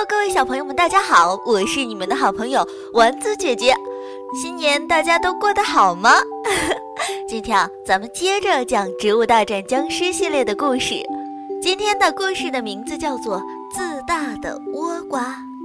Hello， 各位小朋友们，大家好，我是你们的好朋友丸子姐姐。新年大家都过得好吗？今天咱们接着讲《植物大战僵尸》系列的故事。今天的故事的名字叫做《自大的倭瓜》。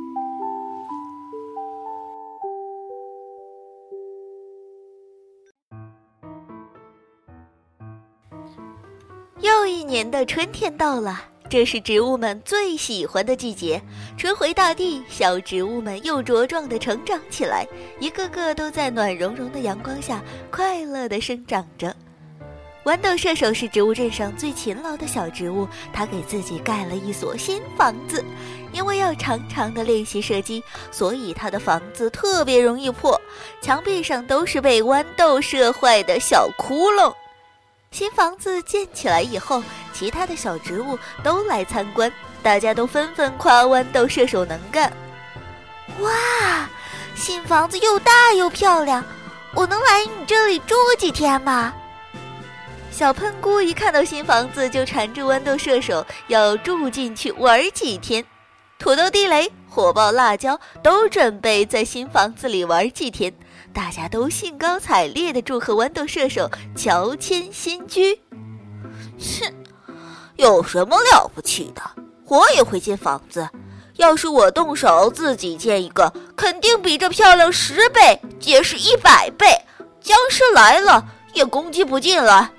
又一年的春天到了，这是植物们最喜欢的季节。春回大地，小植物们又茁壮地成长起来，一个个都在暖融融的阳光下快乐地生长着。豌豆射手是植物镇上最勤劳的小植物，他给自己盖了一所新房子。因为要常常地练习射击，所以他的房子特别容易破，墙壁上都是被豌豆射坏的小窟窿。新房子建起来以后，其他的小植物都来参观，大家都纷纷夸豌豆射手能干。哇，新房子又大又漂亮，我能来你这里住几天吗？小喷菇一看到新房子就缠着豌豆射手要住进去玩几天。土豆地雷、火爆辣椒都准备在新房子里玩几天，大家都兴高采烈地祝贺豌豆射手乔迁新居。 哼，有什么了不起的？我也会建房子，要是我动手自己建一个，肯定比这漂亮10倍，结实100倍。僵尸来了也攻击不进来。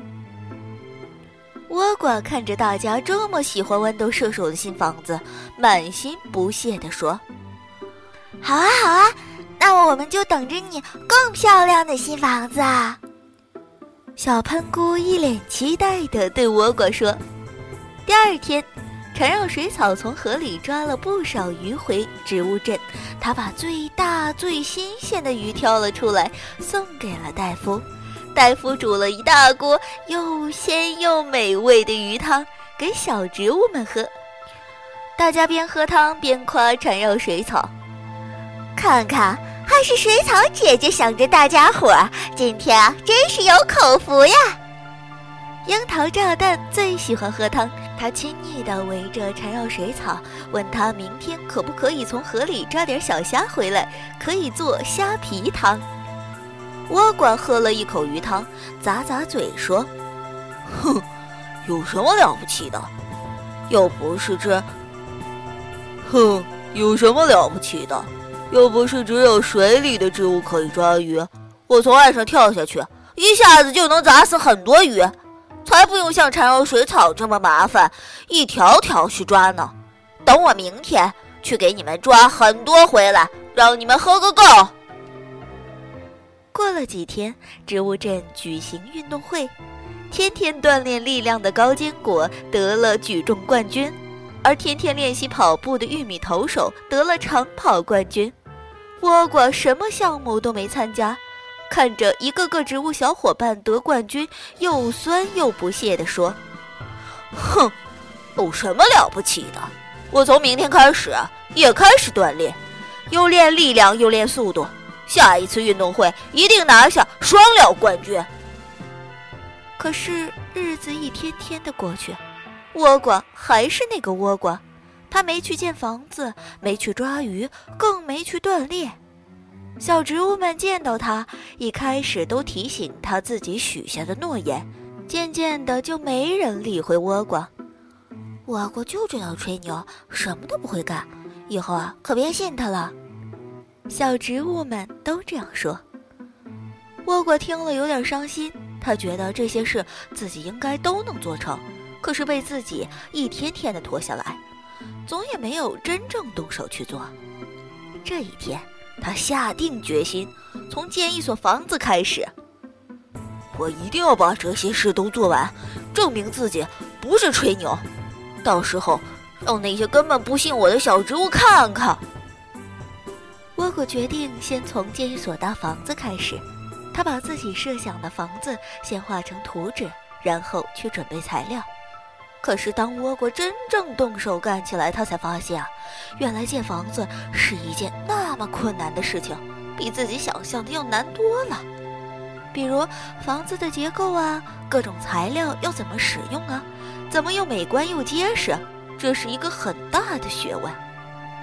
倭瓜看着大家这么喜欢豌豆射手的新房子，满心不屑地说：好啊好啊，那我们就等着你更漂亮的新房子啊！小喷菇一脸期待地对倭瓜说。第二天，缠绕水草从河里抓了不少鱼回植物镇，他把最大最新鲜的鱼挑了出来，送给了大夫。大夫煮了一大锅又鲜又美味的鱼汤给小植物们喝，大家边喝汤边夸缠绕水草。看看，还是水草姐姐想着大家伙儿，今天真是有口福呀！樱桃炸弹最喜欢喝汤，他亲昵地围着缠绕水草，问他明天可不可以从河里抓点小虾回来，可以做虾皮汤。倭瓜喝了一口鱼汤，咂咂嘴说： 哼，有什么了不起的？又不是只……哼，有什么了不起的？又不是只有水里的植物可以抓鱼，我从岸上跳下去，一下子就能砸死很多鱼，才不用像缠绕水草这么麻烦，一条条去抓呢。等我明天去给你们抓很多回来，让你们喝个够。 过了几天，植物镇举行运动会，天天锻炼力量的高坚果得了举重冠军，而天天练习跑步的玉米投手得了长跑冠军。倭瓜什么项目都没参加，看着一个个植物小伙伴得冠军，又酸又不屑地说： 哼，有什么了不起的？我从明天开始也开始锻炼，又练力量又练速度，下一次运动会一定拿下双料冠军。 可是日子一天天的过去，倭瓜还是那个倭瓜，他没去建房子，没去抓鱼，更没去锻炼。小植物们见到他，一开始都提醒他自己许下的诺言，渐渐的就没人理会倭瓜。倭瓜就知道吹牛，什么都不会干，以后可别信他了。小植物们都这样说。倭瓜听了有点伤心，他觉得这些事自己应该都能做成，可是被自己一天天的拖下来，总也没有真正动手去做。这一天，他下定决心，从建一所房子开始。 我一定要把这些事都做完，证明自己不是吹牛，到时候让那些根本不信我的小植物看看。 倭瓜决定先从建一所大房子开始，他把自己设想的房子先画成图纸，然后去准备材料。可是当倭瓜真正动手干起来，他才发现原来建房子是一件那么困难的事情，比自己想象的要难多了。比如房子的结构各种材料要怎么使用怎么又美观又结实，这是一个很大的学问。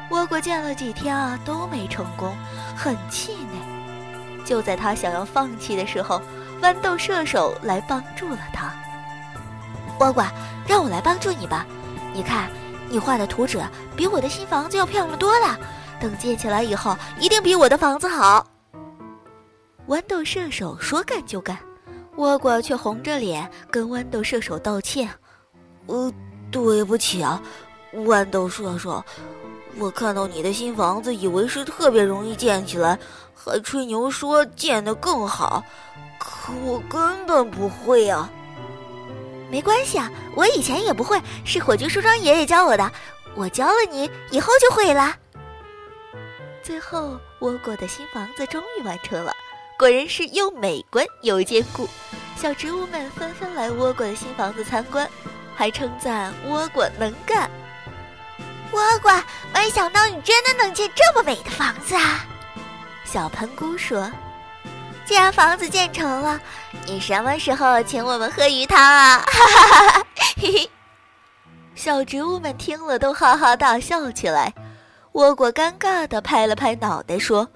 倭瓜见了几天啊都没成功，很气馁。就在他想要放弃的时候，豌豆射手来帮助了他。倭瓜，让我来帮助你吧。你看，你画的图纸比我的新房子要漂亮多了，等建起来以后，一定比我的房子好。豌豆射手说干就干，倭瓜却红着脸跟豌豆射手道歉。 对不起啊，豌豆射手，我看到你的新房子，以为是特别容易建起来，还吹牛说建得更好，可我根本不会啊。 没关系啊，我以前也不会，是火炬树桩爷爷教我的，我教了你，以后就会了。最后，倭瓜的新房子终于完成了，果然是又美观又坚固。小植物们纷纷来倭瓜的新房子参观，还称赞倭瓜能干。倭瓜，没想到你真的能建这么美的房子啊！小喷菇说：“既然房子建成了，你什么时候请我们喝鱼汤啊？”哈哈哈！嘿嘿。小植物们听了都哈哈大笑起来。倭瓜尴尬地拍了拍脑袋说：“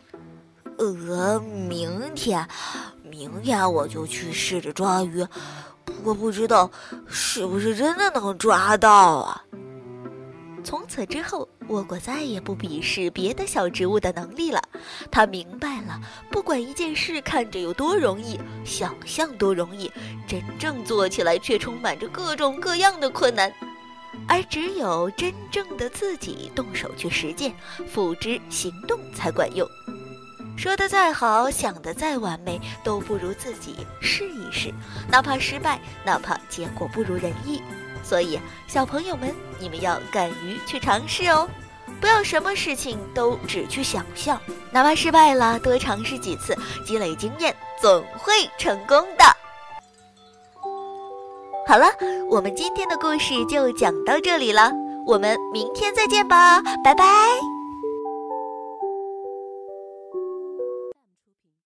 明天我就去试着抓鱼，不过不知道是不是真的能抓到啊。” 从此之后，倭瓜再也不鄙视别的小植物的能力了。他明白了，不管一件事看着有多容易，想象多容易，真正做起来却充满着各种各样的困难。而只有真正的自己动手去实践、付之行动才管用。说得再好，想得再完美，都不如自己试一试，哪怕失败，哪怕结果不如人意。所以，小朋友们，你们要敢于去尝试哦，不要什么事情都只去想象，哪怕失败了，多尝试几次，积累经验，总会成功的。好了，我们今天的故事就讲到这里了，我们明天再见吧，拜拜。